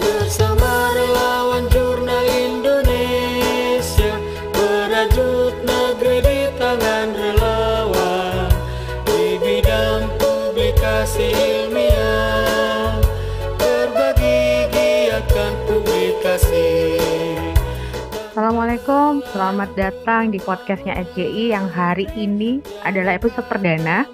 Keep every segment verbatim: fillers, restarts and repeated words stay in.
Bersama relawan jurnal Indonesia, merajut negeri di tangan relawan, di bidang publikasi ilmiah, berbagi giatkan publikasi. Assalamualaikum, selamat datang di podcastnya S J I yang hari ini adalah episode perdana.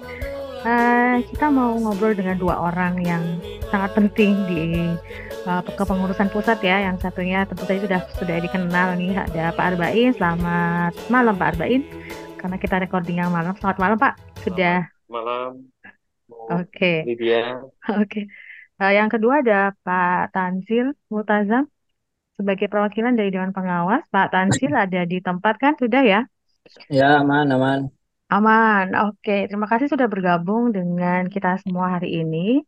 Uh, kita mau ngobrol dengan dua orang yang sangat penting di uh, kepengurusan pusat ya. Yang satunya tentu saja sudah sudah dikenal nih, ada Pak Arbain. Selamat malam Pak Arbain, karena kita recording yang malam. Selamat malam Pak. Sudah. Selamat malam, Oke. Okay. Lydia. Oke. Okay. Uh, yang kedua ada Pak Tanzil Multazam sebagai perwakilan dari Dewan Pengawas. Pak Tanzil ada di tempat kan? Sudah ya? Ya, aman, aman. Aman. Oke, terima kasih sudah bergabung dengan kita semua hari ini.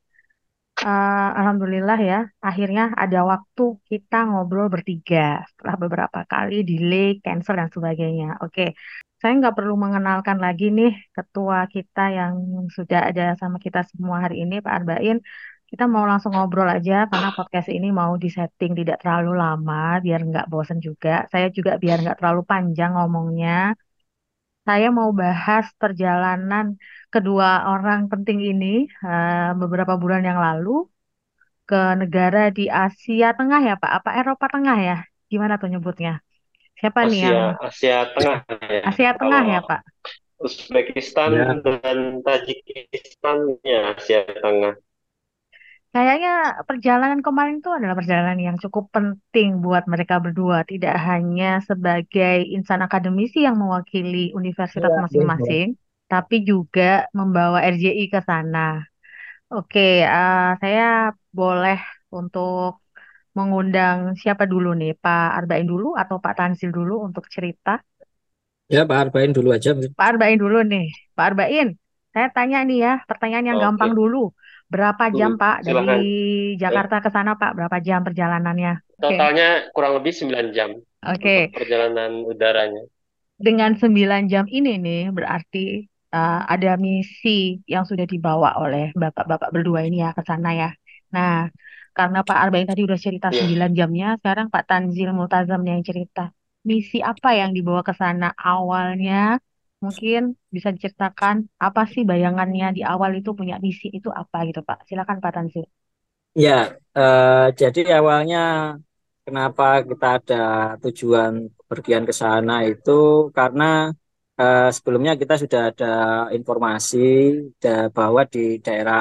Uh, Alhamdulillah ya, akhirnya ada waktu kita ngobrol bertiga setelah beberapa kali delay, cancel, dan sebagainya. Oke, saya nggak perlu mengenalkan lagi nih ketua kita yang sudah ada sama kita semua hari ini, Pak Arbain. Kita mau langsung ngobrol aja karena podcast ini mau disetting tidak terlalu lama biar nggak bosan juga. Saya juga biar nggak terlalu panjang ngomongnya. Saya mau bahas perjalanan kedua orang penting ini uh, beberapa bulan yang lalu ke negara di Asia Tengah ya Pak? Apa Eropa Tengah ya? Gimana tuh nyebutnya? Siapa nih yang Asia, Asia Tengah ya. Asia Tengah Kalau ya Pak? Uzbekistan Ya, dan Tajikistan ya Asia Tengah. Kayaknya perjalanan kemarin itu adalah perjalanan yang cukup penting buat mereka berdua, tidak hanya sebagai insan akademisi yang mewakili universitas ya, boleh. masing-masing, tapi juga membawa R J I ke sana. Oke, eh, saya boleh untuk mengundang siapa dulu nih, Pak Arbain dulu atau Pak Tansil dulu untuk cerita? Ya, Pak Arbain dulu aja. Pak Arbain dulu nih. Pak Arbain, saya tanya nih ya, pertanyaan yang gampang Oke, dulu. Berapa jam hmm, Pak dari silahkan. Eh, Jakarta ke sana Pak? Berapa jam perjalanannya? Oke, Totalnya kurang lebih sembilan jam untuk oke. perjalanan udaranya. Dengan sembilan jam ini nih, berarti uh, ada misi yang sudah dibawa oleh bapak-bapak berdua ini ya ke sana ya. Nah, karena Pak Arbain tadi udah cerita Ya, sembilan jamnya, sekarang Pak Tanzil Multazam yang cerita. Misi apa yang dibawa ke sana awalnya? Mungkin bisa diceritakan apa sih bayangannya di awal itu punya misi itu apa gitu Pak. Silakan Pak Tanzil. Ya, eh, jadi awalnya kenapa kita ada tujuan pergian ke sana itu karena eh, sebelumnya kita sudah ada informasi da- bahwa di daerah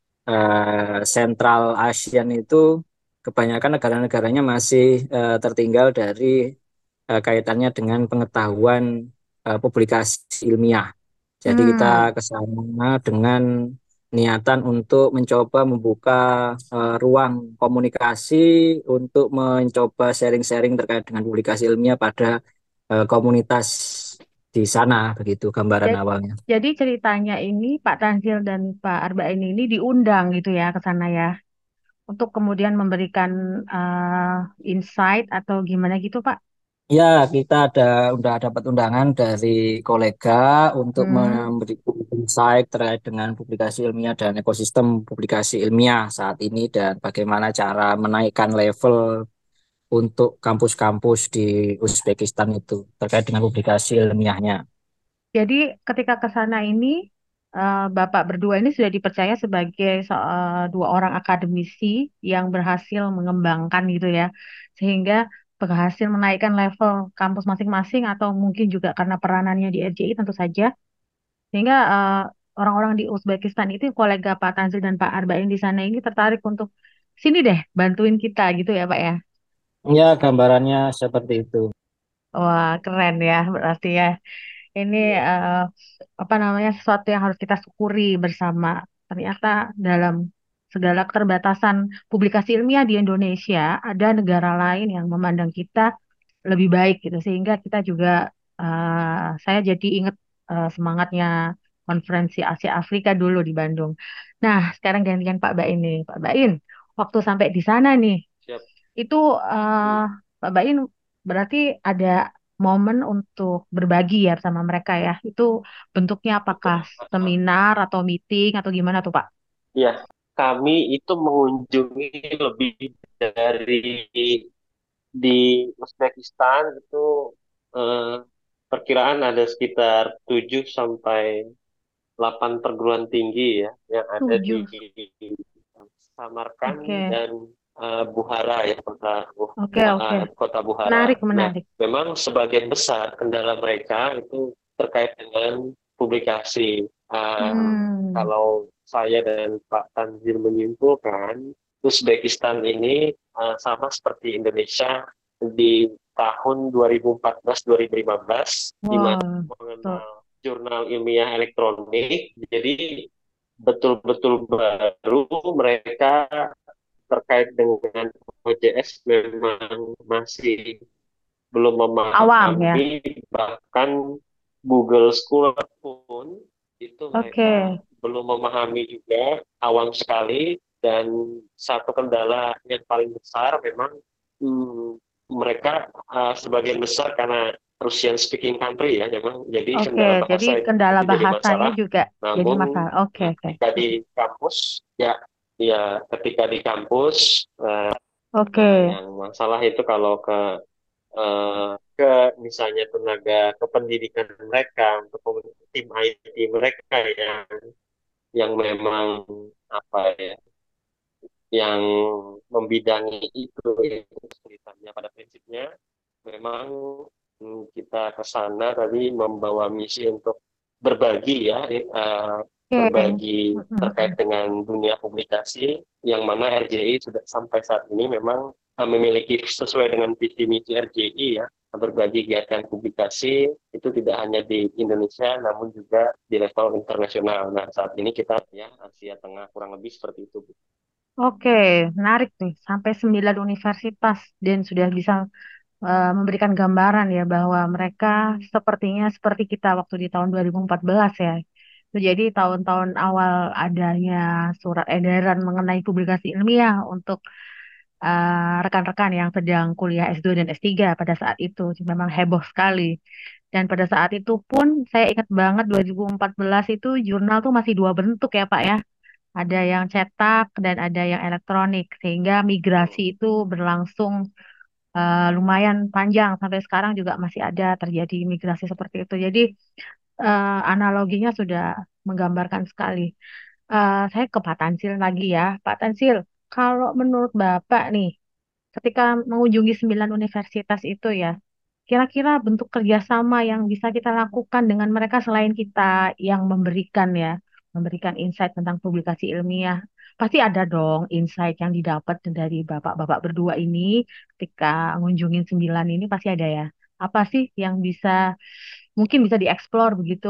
eh, Sentral ASEAN itu kebanyakan negara-negaranya masih eh, tertinggal dari eh, kaitannya dengan pengetahuan eh, publikasi ilmiah. Jadi kita Hmm, ke sana dengan niatan untuk mencoba membuka eh, ruang komunikasi untuk mencoba sharing-sharing terkait dengan publikasi ilmiah pada eh, komunitas di sana, begitu gambaran ja- awalnya. jadi ceritanya ini Pak Tanzil dan Pak Arbain ini diundang gitu ya ke sana ya, untuk kemudian memberikan uh, insight atau gimana gitu, Pak? Ya, kita ada udah dapat undangan dari kolega untuk Hmm, memberi insight terkait dengan publikasi ilmiah dan ekosistem publikasi ilmiah saat ini dan bagaimana cara menaikkan level untuk kampus-kampus di Uzbekistan itu terkait dengan publikasi ilmiahnya. jadi ketika ke sana ini, uh, Bapak berdua ini sudah dipercaya sebagai se- uh, dua orang akademisi yang berhasil mengembangkan gitu ya, sehingga berhasil menaikkan level kampus masing-masing atau mungkin juga karena peranannya di R J I tentu saja, sehingga uh, orang-orang di Uzbekistan itu kolega Pak Tanzil dan Pak Arbain di sana ini tertarik untuk sini deh bantuin kita gitu ya, Pak ya. Ya, gambarannya seperti itu. Wah, keren ya berarti ya. Ini eh, apa namanya sesuatu yang harus kita syukuri bersama. Ternyata dalam segala keterbatasan publikasi ilmiah di Indonesia, ada negara lain yang memandang kita lebih baik gitu. Sehingga kita juga eh, saya jadi ingat eh, semangatnya konferensi Asia Afrika dulu di Bandung. Nah, sekarang gantian Pak Bain nih. Pak Bain, waktu sampai di sana nih, siap. itu eh, Hmm. Pak Bain berarti ada momen untuk berbagi ya sama mereka ya. Itu bentuknya apakah Betul. seminar atau meeting atau gimana tuh Pak? Iya. kami itu mengunjungi lebih dari di Uzbekistan itu eh, perkiraan ada sekitar tujuh sampai delapan perguruan tinggi ya yang ada di Tujuh. Samarkand Oke, dan eh, Bukhara ya kota oke, oke. eh, kota Bukhara. Menarik, Nah, menarik. memang sebagian besar kendala mereka itu terkait dengan publikasi. Eh, Hmm, Kalau saya dan Pak Tanzil menyimpulkan, Uzbekistan ini eh, sama seperti Indonesia di tahun dua ribu empat belas dua ribu lima belas di mana wow. Tuh. mengenal jurnal ilmiah elektronik. Jadi betul-betul baru mereka terkait dengan O J S memang masih belum Awam ya. memahami, bahkan Google Scholar pun itu mereka Oke, belum memahami juga, awam sekali. Dan satu kendala yang paling besar memang hmm, mereka uh, sebagian besar karena Russian speaking country ya memang, jadi oke. kendala Jadi bahasa kendala itu jadi bahasanya masalah. juga jadi Namun masalah. Oke, hmm, oke. ketika di kampus ya ya ketika di kampus uh, Oke, nah yang masalah itu kalau ke eh, ke misalnya tenaga kependidikan mereka untuk tim I T mereka yang yang memang apa ya yang membidangi itu itu kesulitannya pada prinsipnya memang hmm, kita ke sana tadi membawa misi untuk berbagi ya eh, oke. berbagi terkait Mm-mm. dengan dunia publikasi yang mana R J I sudah sampai saat ini memang eh, memiliki sesuai dengan visi misi R J I ya berbagi kegiatan publikasi itu tidak hanya di Indonesia namun juga di level internasional. Nah saat ini kita ya Asia Tengah kurang lebih seperti itu. Oke, menarik nih. Sampai sembilan universitas dan sudah bisa eh, memberikan gambaran ya bahwa mereka sepertinya seperti kita waktu di tahun dua ribu empat belas ya. Itu jadi tahun-tahun awal adanya surat edaran mengenai publikasi ilmiah untuk eh, rekan-rekan yang sedang kuliah S dua dan S tiga pada saat itu. Jadi memang heboh sekali. Dan pada saat itu pun saya ingat banget dua ribu empat belas itu jurnal tuh masih dua bentuk ya Pak ya. Ada yang cetak dan ada yang elektronik, sehingga migrasi itu berlangsung eh, lumayan panjang sampai sekarang juga masih ada terjadi migrasi seperti itu. Jadi eh, analoginya sudah menggambarkan sekali. Eh, saya ke Pak Tansil lagi ya, Pak Tansil. Kalau menurut Bapak nih, ketika mengunjungi sembilan universitas itu ya, kira-kira bentuk kerjasama yang bisa kita lakukan dengan mereka selain kita yang memberikan ya, memberikan insight tentang publikasi ilmiah. Pasti ada dong insight yang didapat dari bapak-bapak berdua ini ketika ngunjungin sembilan ini pasti ada ya. Apa sih yang bisa mungkin bisa dieksplor begitu?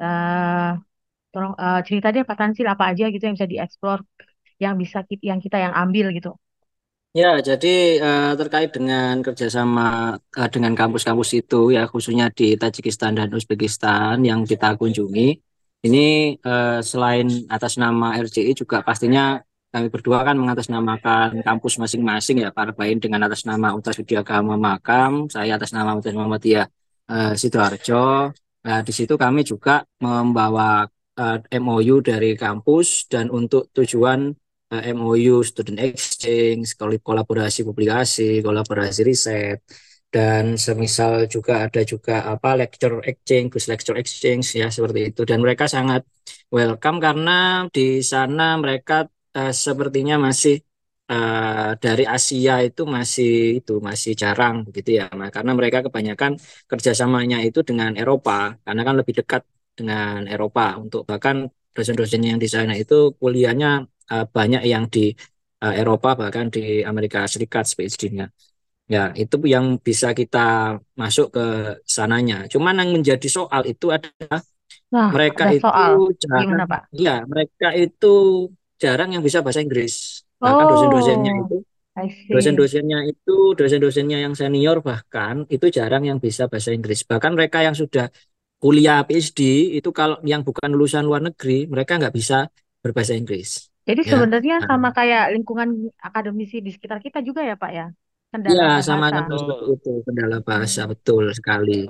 Eh tolong eh, cerita deh Pak Tansil apa aja gitu yang bisa dieksplor, yang bisa kita, yang kita yang ambil gitu. Ya, jadi eh, terkait dengan kerjasama eh, dengan kampus-kampus itu ya khususnya di Tajikistan dan Uzbekistan yang kita kunjungi, ini eh, selain atas nama R J I juga pastinya kami berdua kan mengatasnamakan kampus masing-masing ya, Pak Arbain dengan atas nama Universitas Widya Agama Makam, saya atas nama Universitas Muhammadiyah eh, Sidoarjo. Nah, di situ kami juga membawa eh, M O U dari kampus dan untuk tujuan eh, M O U, student exchange, kol- kolaborasi publikasi, kolaborasi riset, dan semisal juga ada juga apa lecture exchange, bus lecture exchange ya seperti itu. Dan mereka sangat welcome karena di sana mereka eh, sepertinya masih eh, dari Asia itu masih itu masih jarang begitu ya, Nah, karena mereka kebanyakan kerjasamanya itu dengan Eropa, karena kan lebih dekat dengan Eropa untuk bahkan dosen-dosen yang di sana itu kuliahnya eh, banyak yang di eh, Eropa bahkan di Amerika Serikat PhD-nya. Ya, itu yang bisa kita masuk ke sananya. Cuman yang menjadi soal itu adalah Nah, mereka ada itu soal. jarang, Gimana Pak? ya, mereka itu jarang yang bisa bahasa Inggris. Bahkan dosen-dosennya Oh, itu, I see. dosen-dosennya itu, dosen-dosennya yang senior bahkan itu jarang yang bisa bahasa Inggris. Bahkan mereka yang sudah kuliah PhD itu kalau yang bukan lulusan luar negeri, mereka nggak bisa berbahasa Inggris. Jadi Ya, sebenarnya nah, sama kayak lingkungan akademisi di sekitar kita juga ya Pak ya, ya kendala bahasa. sama-sama seperti Betul. itu kendala bahasa Hmm. betul sekali.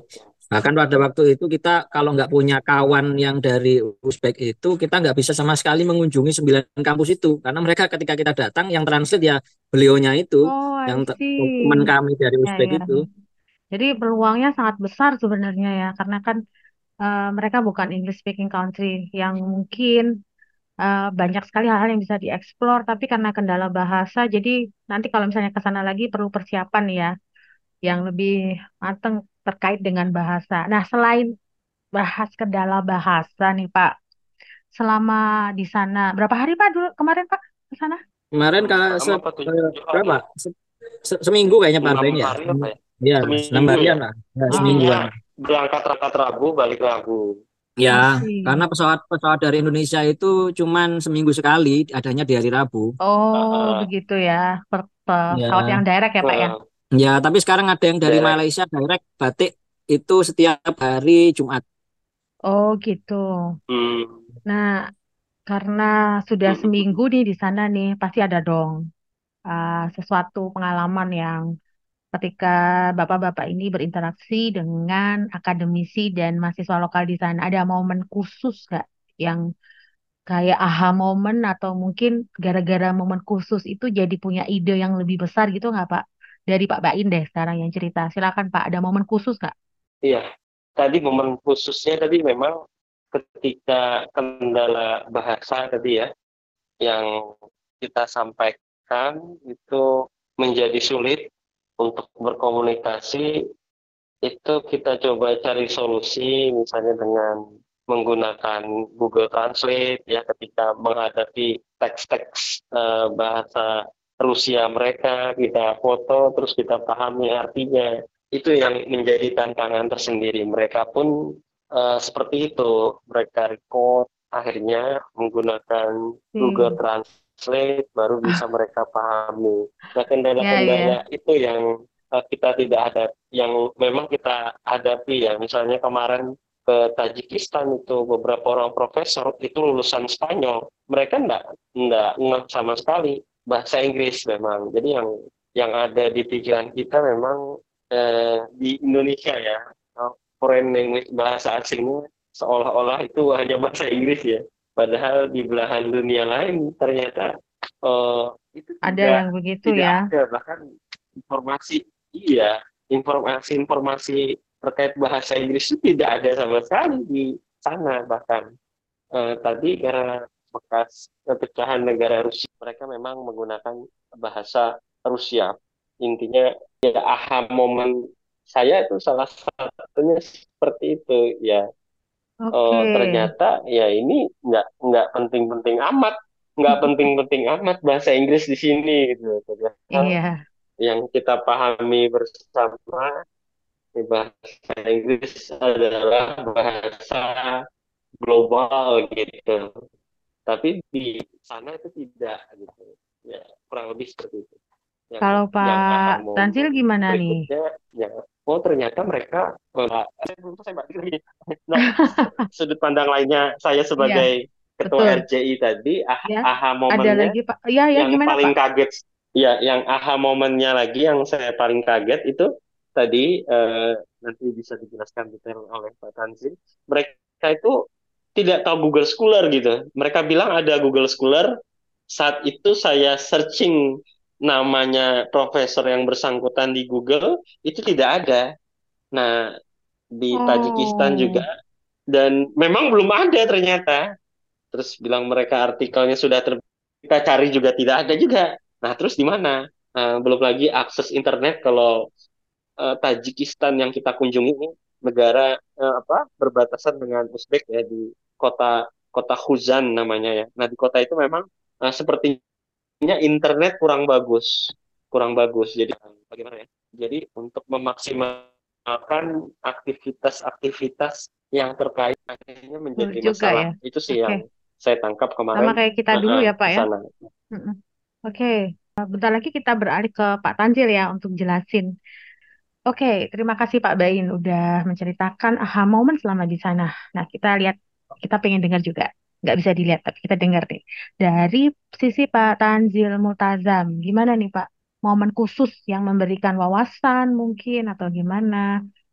Bahkan pada waktu itu kita kalau nggak punya kawan yang dari Uzbek itu, kita nggak bisa sama sekali mengunjungi sembilan kampus itu. Karena mereka ketika kita datang, yang translate ya beliaunya itu, Oh, yang I te- teman see. kami dari Ya, Uzbek ya, itu. ya. Jadi peluangnya sangat besar sebenarnya ya, karena kan eh, mereka bukan English speaking country yang mungkin eh, banyak sekali hal-hal yang bisa dieksplor, tapi karena kendala bahasa, jadi nanti kalau misalnya ke sana lagi perlu persiapan ya, yang lebih matang terkait dengan bahasa. Nah, selain bahas kendala bahasa nih Pak, selama di sana berapa hari Pak dulu kemarin Pak ke sana? Kemarin kalau Lama se- apa eh, tujuh hari berapa? ya? Se- se- seminggu kayaknya Pak Enam Ben ya. hari apa ya? Ya, enam Seminggu harian ya? lah. Ya, Intinya semingguan. berangkat rangkat Rabu, balik Rabu. Ya, I karena see. pesawat pesawat dari Indonesia itu cuman seminggu sekali, adanya di hari Rabu. Oh, Uh, begitu ya. Per- pesawat yang Ya, direct ya Pak ya? uh, ya, tapi sekarang ada yang dari direct. Malaysia direct batik itu setiap hari Jumat. Oh, gitu. Hmm. Nah, karena sudah seminggu nih di sana nih, pasti ada dong uh, sesuatu pengalaman yang ketika bapak-bapak ini berinteraksi dengan akademisi dan mahasiswa lokal di sana, ada momen khusus nggak yang kayak aha momen atau mungkin gara-gara momen khusus itu jadi punya ide yang lebih besar gitu nggak Pak? Dari Pak Bain deh sekarang yang cerita. Silakan Pak, ada momen khusus nggak? Iya, tadi momen khususnya tadi memang ketika kendala bahasa tadi ya, yang kita sampaikan itu menjadi sulit untuk berkomunikasi, itu kita coba cari solusi misalnya dengan menggunakan Google Translate ya ketika menghadapi teks-teks eh, bahasa Rusia mereka, kita foto terus kita pahami artinya. Itu yang menjadi tantangan tersendiri. Mereka pun eh, seperti itu, mereka record akhirnya menggunakan Google Hmm. Translate baru bisa mereka pahami. Nah, Ya, ya. kendala-kendala itu yang eh, kita tidak ada, yang memang kita hadapi ya. Misalnya kemarin ke Tajikistan itu beberapa orang profesor itu lulusan Spanyol, mereka enggak enggak ngeh sama sekali bahasa Inggris memang. Jadi yang yang ada di pikiran kita memang eh, di Indonesia ya, eh, foreign language bahasa asingnya seolah-olah itu hanya bahasa Inggris ya. Padahal di belahan dunia lain ternyata eh, itu Ada tidak yang begitu tidak ya. ada, bahkan informasi, iya, informasi-informasi terkait bahasa Inggris itu tidak ada sama sekali di sana. Bahkan eh, tadi karena bekas pecahan negara Rusia, mereka memang menggunakan bahasa Rusia. Intinya ya aha momen saya itu salah satunya seperti itu ya. Oke. Oh, ternyata ya ini nggak nggak penting-penting amat, nggak penting-penting amat bahasa Inggris di sini gitu. Padahal Iya. yang kita pahami bersama di bahasa Inggris adalah bahasa global gitu. Tapi di sana itu tidak gitu. Ya, kurang lebih seperti itu. Yang Kalau yang aha Pak Tansil momen gimana nih? berikutnya, yang oh ternyata mereka, oh, saya belum selesai Mbak. Nah, sudut pandang lainnya saya Iya, sebagai ketua betul. R J I tadi, ah, Ya, aha ada momennya lagi Pak. Ya, ya, yang gimana Pak? paling kaget, ya, yang aha momennya lagi yang saya paling kaget itu tadi eh, nanti bisa dijelaskan detail oleh Pak Tanzil. Mereka itu tidak tahu Google Scholar gitu. Mereka bilang ada Google Scholar. Saat itu saya searching namanya profesor yang bersangkutan di Google, itu tidak ada. Nah, di Tajikistan juga, Oh, dan memang belum ada ternyata. Terus bilang mereka artikelnya sudah ter kita cari juga tidak ada juga. Nah, terus di mana? Nah, belum lagi akses internet kalau eh, Tajikistan yang kita kunjungi ini negara eh, apa berbatasan dengan Uzbek ya di kota kota Khuzan namanya ya. Nah, di kota itu memang eh, sepertinya internet kurang bagus, kurang bagus. Jadi bagaimana ya? Jadi untuk memaksimalkan aktivitas-aktivitas yang terkait akhirnya betul menjadi juga masalah. ya. Itu sih Oke, yang saya tangkap sama kemarin kayak kita uh, dulu uh, ya Pak di ya. sana. Mm-mm. Oke, Eh, bentar lagi kita beralih ke Pak Tanzil ya untuk jelasin. Oke, terima kasih Pak Bain udah menceritakan aha momen selama di sana. Nah, kita lihat, kita pengen dengar juga. Nggak bisa dilihat, tapi kita dengar nih. Dari sisi Pak Tanzil Multazam, gimana nih Pak? Momen khusus yang memberikan wawasan mungkin atau gimana?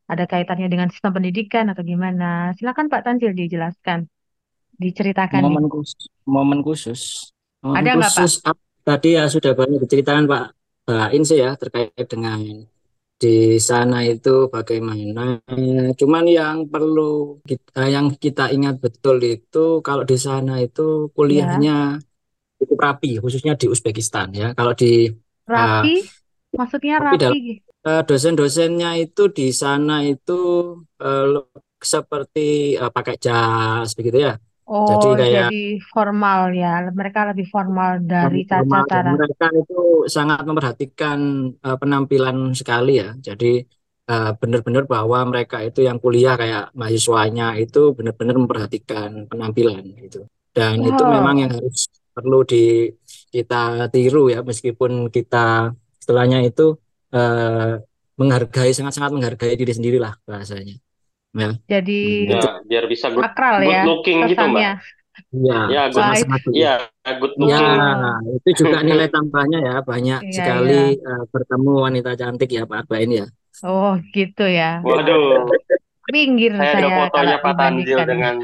Ada kaitannya dengan sistem pendidikan atau gimana? Silakan Pak Tanzil dijelaskan, diceritakan nih. Momen khusus, momen khusus, momen Ada nggak Pak? khusus ap- tadi ya sudah banyak diceritakan Pak Bain sih ya terkait dengan di sana itu bagaimana. Cuman yang perlu kita, yang kita ingat betul itu kalau di sana itu Ya, kuliahnya cukup rapi, khususnya di Uzbekistan ya. Kalau di uh, rapi, maksudnya tapi rapi. dalam uh, dosen-dosennya itu di sana itu uh, seperti uh, pakai jas begitu ya. Jadi Oh, kayak jadi formal ya. Mereka lebih formal dari sangat Caca formal dan Tara. mereka itu sangat memperhatikan uh, penampilan sekali ya. Jadi uh, benar-benar bahwa mereka itu yang kuliah kayak mahasiswanya itu benar-benar memperhatikan penampilan gitu. Dan itu memang yang Oh, harus perlu di kita tiru ya meskipun kita setelahnya itu uh, menghargai sangat-sangat menghargai diri sendiri lah bahasanya. Ya. jadi Hmm, Ya, itu biar bisa good sakral good ya looking gitu, Mbak. kesannya. ya Ya, good. Wah, sangat-sangat Ya, good ya, looking. oh, itu juga nilai tambahnya ya. Banyak iya sekali iya. eh, bertemu wanita cantik ya Pak Arba ini ya. Oh, gitu ya. Waduh, Waduh, minggir saya ada saya kalau fotonya Pak Tanzil dibandingkan dengan,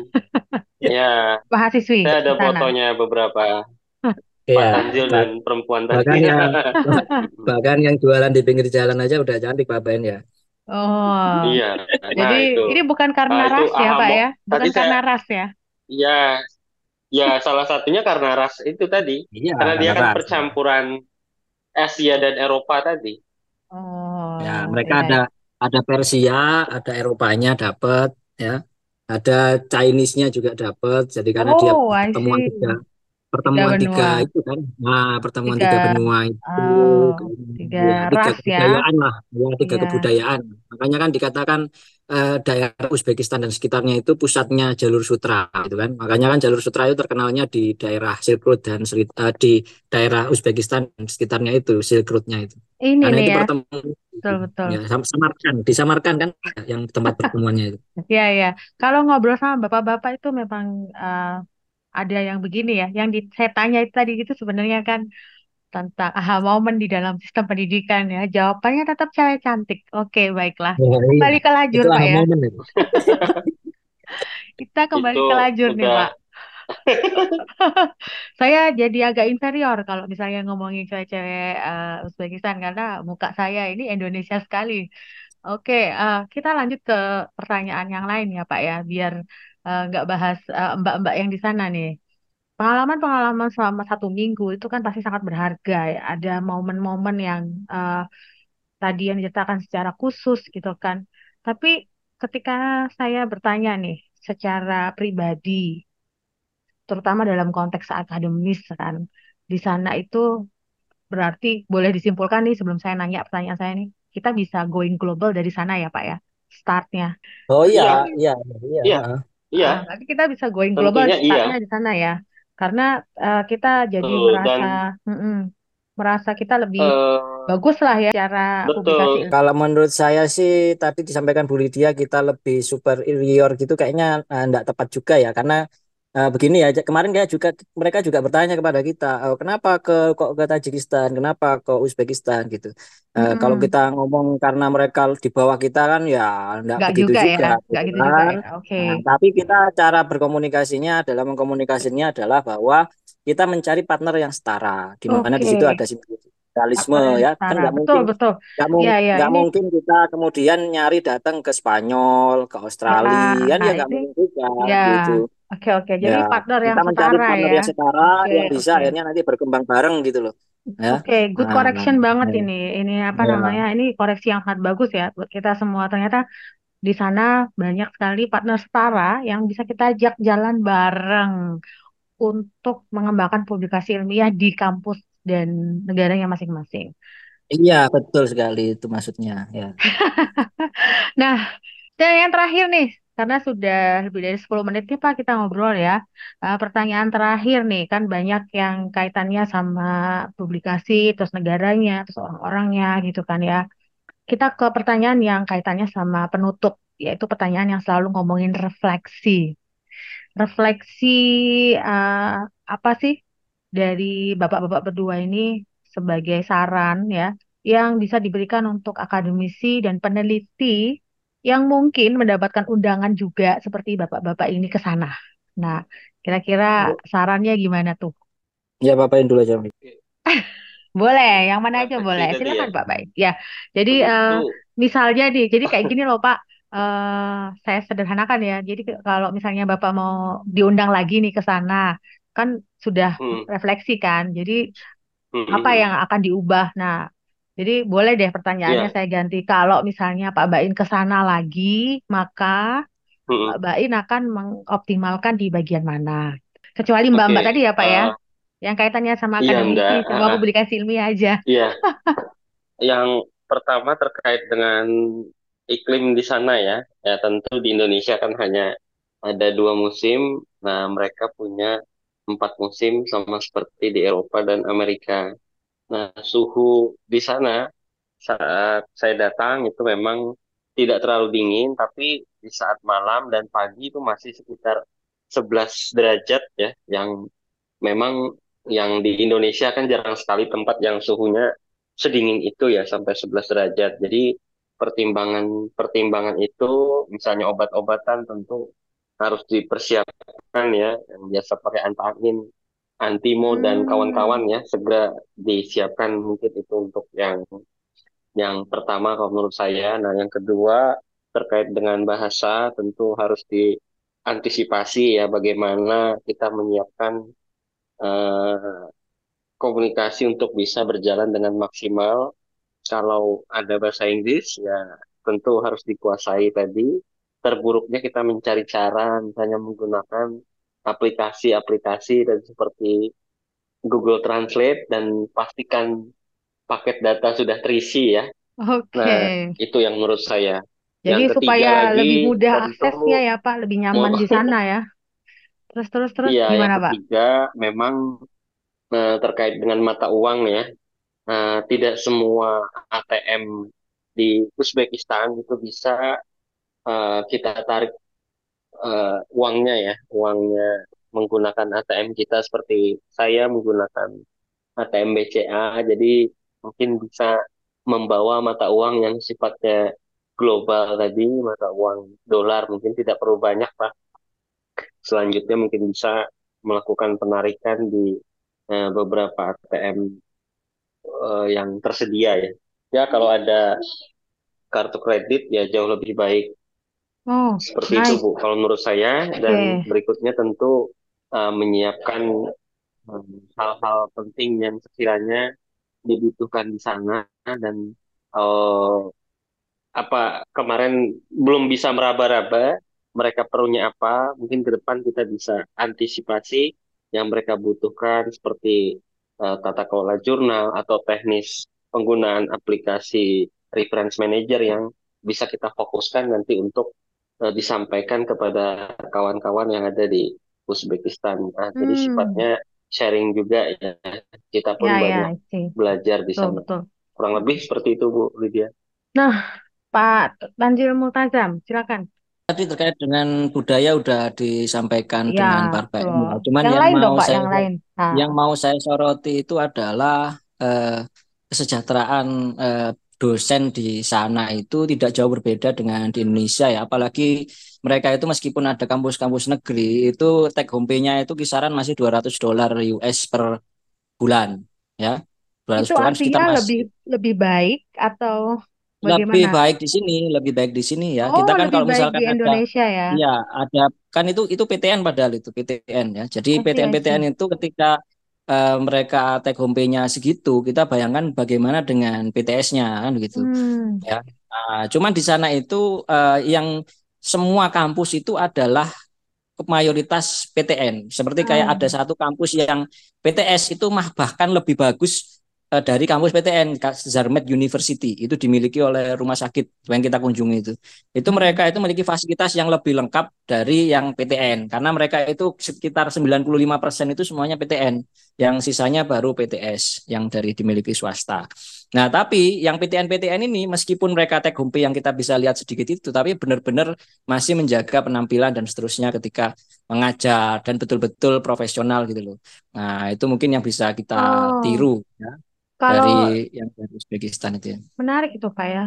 ya, mahasiswi saya ada di sana. fotonya beberapa Pak Iya, Tanzil dan bah- perempuan tadi. bahkan yang bahkan yang jualan di pinggir jalan aja udah cantik Pak Ben ya. Oh, Iya, jadi nah itu. ini bukan Nah, karena itu ras ya, aha, Pak mo- ya? tadi Bukan saya, karena ras ya? ya, ya salah satunya karena ras itu tadi. Iya, Karena dia karena kan ras. Ya. percampuran Asia dan Eropa tadi. Ya, Oh, mereka iya. ada ada Persia, ada Eropanya dapat ya. Ada Chinese-nya juga dapat. Jadi karena dia Oh, I pertemuan tiga see. Tiga pertemuan tiga benua, itu kan, nah pertemuan tiga tiga, benua itu oh, kan, tiga ya tiga ras ya. kebudayaan lah, ya tiga Iya. kebudayaan. Makanya kan dikatakan eh, daerah Uzbekistan dan sekitarnya itu pusatnya jalur sutra, gitu kan. Makanya kan jalur sutra itu terkenalnya di daerah Silk Road dan Sri- eh, di daerah Uzbekistan dan sekitarnya itu Silk Road-nya itu. Ini Karena nih itu ya, pertemuan betul-betul. ya sam- Samarkan, disamarkan kan yang tempat pertemuannya itu. Iya, iya. Kalau ngobrol sama bapak-bapak itu memang eh, ada yang begini ya. Yang di, saya tanya itu tadi itu sebenarnya kan tentang aha momen di dalam sistem pendidikan ya. Jawabannya tetap cewek cantik. Oke, baiklah. Oh iya, Kembali ke lajur, itu Pak aha ya. momen itu. Kita kembali Itu ke lajur nih, udah, Pak. Saya jadi agak inferior kalau misalnya ngomongin cewek-cewek eh, Uzbekistan karena muka saya ini Indonesia sekali. Oke, eh, kita lanjut ke pertanyaan yang lain ya, Pak ya, biar eh, nggak bahas eh, mbak-mbak yang di sana nih. Pengalaman-pengalaman selama satu minggu itu kan pasti sangat berharga ya. Ada momen-momen yang eh, tadi yang diceritakan secara khusus gitu kan. Tapi ketika saya bertanya nih secara pribadi, terutama dalam konteks akademis kan, di sana itu berarti boleh disimpulkan nih sebelum saya nanya pertanyaan saya nih, kita bisa going global dari sana ya Pak ya, startnya. Oh iya, iya, iya, iya. iya, Heeh. iya, Ah, berarti kita bisa going global tentunya iya. startnya di sana ya, karena eh, kita jadi Betul. merasa, Dan mm-mm, merasa kita lebih eh, bagus lah ya cara publikasi betul. ilmu. Kalau menurut saya sih tadi disampaikan Bu Lydia kita lebih superior gitu kayaknya eh, enggak tepat juga ya karena eh, begini ya j- kemarin kayak juga mereka juga bertanya kepada kita "Oh, kenapa ke kok ke Tajikistan kenapa ke Uzbekistan gitu. Eh, kalau Mm-mm. kita ngomong karena mereka di bawah kita kan ya enggak Nggak begitu juga ya, juga nggak gitu gitu juga kan. ya. Oke, Nah, tapi kita cara berkomunikasinya adalah mengkomunikasinya adalah bahwa kita mencari partner yang setara di mana di oke. situ ada simbiosisme Partner yang ya kan setara, nggak betul mungkin betul. nggak Ya mung- ya, nggak ini mungkin kita kemudian nyari datang ke Spanyol, ke ya, Australia, kan nah ya nggak ini mungkin juga ya, gitu. oke oke. Ya, Jadi partner yang kita mencari setara partner ya. yang setara Oke yang bisa oke. akhirnya nanti berkembang bareng gitu loh. Ya. Oke, good Nah, correction banget ya, ini. Ini apa ya. namanya? Ini koreksi yang sangat bagus ya buat kita semua. Ternyata di sana banyak sekali partner setara yang bisa kita ajak jalan bareng untuk mengembangkan publikasi ilmiah di kampus dan negaranya masing-masing. Iya, betul sekali itu maksudnya. Ya. Nah, dan yang terakhir nih, karena sudah lebih dari sepuluh menit nih Pak kita ngobrol ya. Eh, pertanyaan terakhir nih, kan banyak yang kaitannya sama publikasi, terus negaranya, terus orang-orangnya gitu kan ya. Kita ke pertanyaan yang kaitannya sama penutup, yaitu pertanyaan yang selalu ngomongin refleksi. Refleksi eh, apa sih dari bapak-bapak berdua ini sebagai saran ya, yang bisa diberikan untuk akademisi dan peneliti yang mungkin mendapatkan undangan juga seperti bapak-bapak ini ke sana. Nah, kira-kira sarannya gimana tuh? Ya papain dulu aja. Boleh, yang mana aja Refleksi boleh. tadi ya. Silakan Pak Baik. Ya, jadi eh, Tentu. misalnya nih, jadi kayak gini loh Pak. eh saya sederhanakan ya. Jadi ke- kalau misalnya Bapak mau diundang lagi nih ke sana, kan sudah Hmm, refleksi kan. Jadi hmm, hmm, apa hmm. yang akan diubah? Nah, jadi boleh deh pertanyaannya Ya, saya ganti. Kalau misalnya Pak Bain ke sana lagi, maka hmm, Pak Bain akan mengoptimalkan di bagian mana? Kecuali oke. Mbak-mbak tadi ya Pak ya, Eh, yang kaitannya sama iya akademisi, enggak. Ah, semua ah. publikasi ilmiah aja. Iya, yang pertama terkait dengan iklim di sana ya. Ya tentu di Indonesia kan hanya ada dua musim. Nah, mereka punya empat musim sama seperti di Eropa dan Amerika. Nah, suhu di sana saat saya datang itu memang tidak terlalu dingin, tapi di saat malam dan pagi itu masih sekitar sebelas derajat ya, yang memang yang di Indonesia kan jarang sekali tempat yang suhunya sedingin itu ya sampai sebelas derajat. Jadi pertimbangan pertimbangan itu misalnya obat-obatan tentu harus dipersiapkan ya, yang biasa pakai anti angin, antimo dan Hmm. kawan-kawan ya segera disiapkan mungkin itu untuk yang yang pertama kalau menurut saya. Nah, yang kedua terkait dengan bahasa tentu harus diantisipasi ya bagaimana kita menyiapkan eh, komunikasi untuk bisa berjalan dengan maksimal. Kalau ada bahasa Inggris ya tentu harus dikuasai tadi. Terburuknya kita mencari cara misalnya menggunakan aplikasi-aplikasi dan seperti Google Translate dan pastikan paket data sudah terisi ya. Oke. Nah, itu yang menurut saya. Jadi Yang supaya ketiga lebih lagi mudah aksesnya tentu ya Pak, lebih mau nyaman di sana ya. Terus terus terus iya yang gimana Pak? ketiga memang eh, terkait dengan mata uang ya. Eh, tidak semua A T M di Uzbekistan itu bisa eh, kita tarik eh, uangnya ya, uangnya menggunakan A T M kita seperti saya menggunakan A T M B C A, jadi mungkin bisa membawa mata uang yang sifatnya global tadi, mata uang dolar mungkin tidak perlu banyak Pak. Selanjutnya mungkin bisa melakukan penarikan di eh, beberapa A T M eh, yang tersedia ya. Ya kalau ada kartu kredit ya jauh lebih baik. Oh, Seperti itu nice. Bu, kalau menurut saya. Dan Oke. berikutnya tentu eh, menyiapkan eh, hal-hal penting yang sekiranya dibutuhkan di sana dan eh, apa kemarin belum bisa meraba-raba mereka perlunya apa, mungkin ke depan kita bisa antisipasi yang mereka butuhkan seperti eh, tata kelola jurnal atau teknis penggunaan aplikasi reference manager yang bisa kita fokuskan nanti untuk eh, disampaikan kepada kawan-kawan yang ada di Uzbekistan. Nah, jadi Hmm. sifatnya sharing juga ya, kita Ya pun ya, banyak I see. belajar di Betul sana. betul. Kurang lebih seperti itu Bu Lydia. Nah, Pak Tanjil Multazam, silakan. Tadi terkait dengan budaya udah disampaikan Ya, dengan Parbaik. betul. Ya. Cuman Yang yang lain dong mau Pak, saya yang lain. Nah, yang mau saya soroti itu adalah eh, kesejahteraan eh, dosen di sana itu tidak jauh berbeda dengan di Indonesia ya. Apalagi mereka itu meskipun ada kampus-kampus negeri itu take home pay-nya itu kisaran masih dua ratus dolar U S per bulan ya. dua ratus itu dolar artinya sekitar lebih masih lebih baik atau lebih bagaimana? baik di sini, lebih baik di sini ya. Oh, Kita kan lebih kalau baik di misalkan ada, Indonesia ya. ya ada kan itu itu P T N padahal itu P T N ya. Jadi I see, I P T N-P T N see. itu ketika eh, mereka take home pay-nya segitu, kita bayangkan bagaimana dengan P T S-nya kan gitu Hmm. ya. Nah, cuman di sana itu eh, yang semua kampus itu adalah mayoritas P T N. Seperti kayak ada Hmm. satu kampus yang P T S itu mah bahkan lebih bagus eh, dari kampus P T N, Zarmed University. Itu dimiliki oleh rumah sakit yang kita kunjungi itu. Itu Hmm. mereka itu memiliki fasilitas yang lebih lengkap dari yang P T N. Karena mereka itu sekitar sembilan puluh lima persen itu semuanya P T N. Yang sisanya baru P T S yang dari dimiliki swasta. Nah, tapi yang P T N-P T N ini meskipun mereka take home pay yang kita bisa lihat sedikit itu, tapi benar-benar masih menjaga penampilan dan seterusnya ketika mengajar dan betul-betul profesional gitu loh. Nah, itu mungkin yang bisa kita Oh, tiru ya kalau dari yang dari Uzbekistan itu ya. menarik itu Pak ya.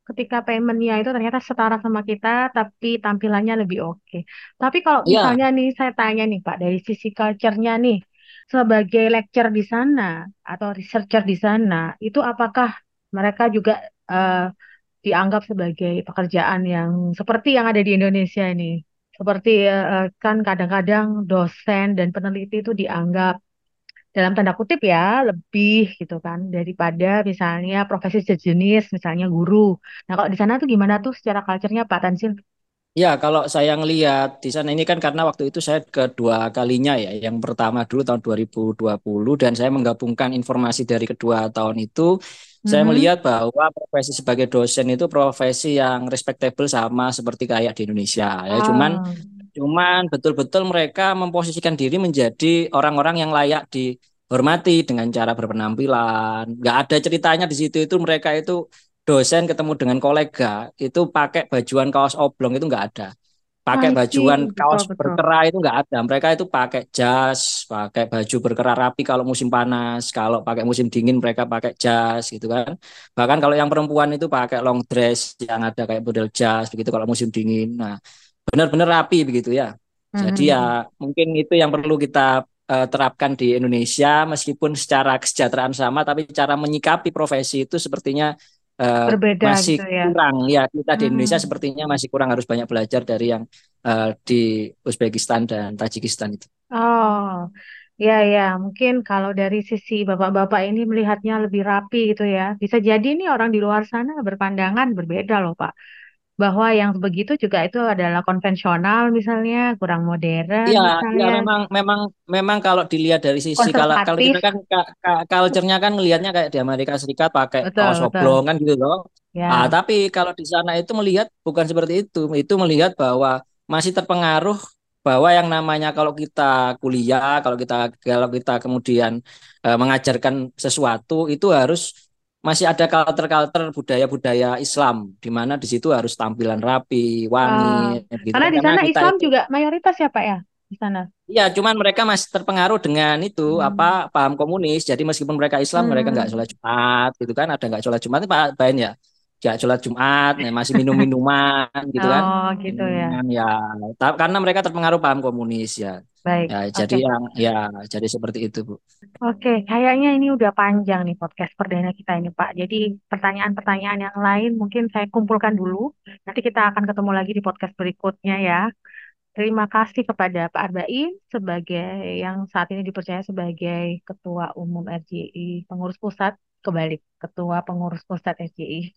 ketika paymentnya itu ternyata setara sama kita, tapi tampilannya lebih oke. Tapi kalau Iya, misalnya nih, saya tanya nih Pak, dari sisi culture-nya nih, sebagai lecturer di sana atau researcher di sana, itu apakah mereka juga eh, dianggap sebagai pekerjaan yang seperti yang ada di Indonesia ini? Seperti eh, eh, kan kadang-kadang dosen dan peneliti itu dianggap dalam tanda kutip ya lebih gitu kan daripada misalnya profesi sejenis misalnya guru. Nah kalau di sana tuh gimana tuh secara culture-nya Pak Tansil? ya kalau saya ngelihat di sana ini kan karena waktu itu saya kedua kalinya ya. Yang pertama dulu tahun dua ribu dua puluh dan saya menggabungkan informasi dari kedua tahun itu. Saya Mhm. melihat bahwa profesi sebagai dosen itu profesi yang respectable sama seperti kayak di Indonesia ya. Cuman Ah, Cuman betul-betul mereka memposisikan diri menjadi orang-orang yang layak dihormati dengan cara berpenampilan. Nggak ada ceritanya di situ itu mereka itu dosen ketemu dengan kolega itu pakai bajuan kaos oblong itu nggak ada. Pakai I bajuan see, betul kaos betul. berkerah itu nggak ada. Mereka itu pakai jas, pakai baju berkerah rapi kalau musim panas. Kalau pakai musim dingin mereka pakai jas gitu kan. Bahkan kalau yang perempuan itu pakai long dress yang ada kayak model jas begitu kalau musim dingin. Nah, benar-benar rapi begitu ya. Jadi ya Mhm. mungkin itu yang perlu kita eh, terapkan di Indonesia meskipun secara kesejahteraan sama tapi cara menyikapi profesi itu sepertinya eh, Berbeda masih gitu ya. kurang ya kita di Hmm. Indonesia sepertinya masih kurang harus banyak belajar dari yang eh, di Uzbekistan dan Tajikistan itu. Oh, ya ya, mungkin kalau dari sisi bapak-bapak ini melihatnya lebih rapi gitu ya. Bisa jadi nih orang di luar sana berpandangan berbeda loh Pak. Bahwa yang begitu juga itu adalah konvensional misalnya, kurang modern Iya, ya misalnya, memang memang memang kalau dilihat dari sisi kalau kalau kita konservatif. kan ka- ka- culture-nya kan ngelihatnya kayak di Amerika Serikat pakai Betul, kaos betul. oblong kan gitu loh. Ah, Ya. tapi kalau di sana itu melihat bukan seperti itu. Itu melihat bahwa masih terpengaruh bahwa yang namanya kalau kita kuliah, kalau kita kalau kita kemudian eh, mengajarkan sesuatu itu harus masih ada culture-culture budaya-budaya Islam di mana di situ harus tampilan rapi, wangi Ah, gitu karena kan di karena sana kita Islam itu. juga mayoritas ya Pak ya di sana. Iya, cuman mereka masih terpengaruh dengan itu apa Hmm. paham komunis. Jadi meskipun mereka Islam, mereka nggak Hmm. sholat Jumat, gitu kan? Ada nggak sholat Jumat, Pak Bain ya? Nggak sholat Jumat, nah, masih minum minuman, gitu kan? Oh, gitu ya. Minuman ya, Ta- karena mereka terpengaruh paham komunis ya. Baik. Ya, jadi Oke. yang ya, jadi seperti itu, Bu. Oke, kayaknya ini udah panjang nih podcast perdana kita ini, Pak. Jadi pertanyaan-pertanyaan yang lain mungkin saya kumpulkan dulu. Nanti kita akan ketemu lagi di podcast berikutnya ya. Terima kasih kepada Pak Arbain sebagai yang saat ini dipercaya sebagai Ketua Umum R J I, Pengurus Pusat, kebalik, Ketua Pengurus Pusat R J I.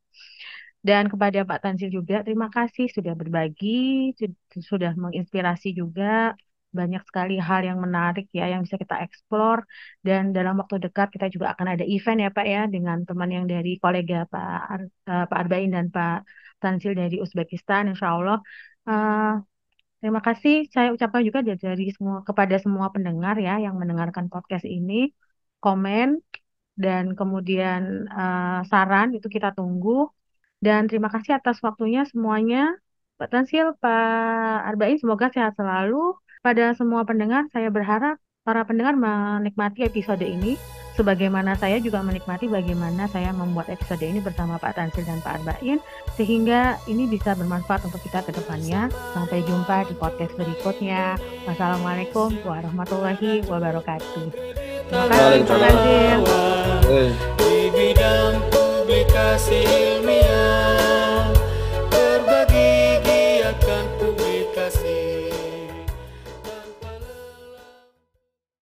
Dan kepada Pak Tanzil juga, terima kasih sudah berbagi, su- sudah menginspirasi juga. Banyak sekali hal yang menarik ya yang bisa kita eksplor. Dan dalam waktu dekat kita juga akan ada event ya Pak ya dengan teman yang dari kolega Pak Ar- eh, Pak Arbain dan Pak Tanzil dari Uzbekistan, Insya Allah. Eh, terima kasih saya ucapkan juga dari dari semua kepada semua pendengar ya yang mendengarkan podcast ini. Komen dan kemudian eh, saran itu kita tunggu. Dan terima kasih atas waktunya semuanya. Pak Tansil, Pak Arbain, semoga sehat selalu. Pada semua pendengar, saya berharap para pendengar menikmati episode ini. Sebagaimana saya juga menikmati bagaimana saya membuat episode ini bersama Pak Tansil dan Pak Arbain. Sehingga ini bisa bermanfaat untuk kita ke depannya. Sampai jumpa di podcast berikutnya. Wassalamualaikum warahmatullahi wabarakatuh. Terima kasih Pak Waalaikumsalam. Tansil. Eh. di bidang publikasi ilmiah.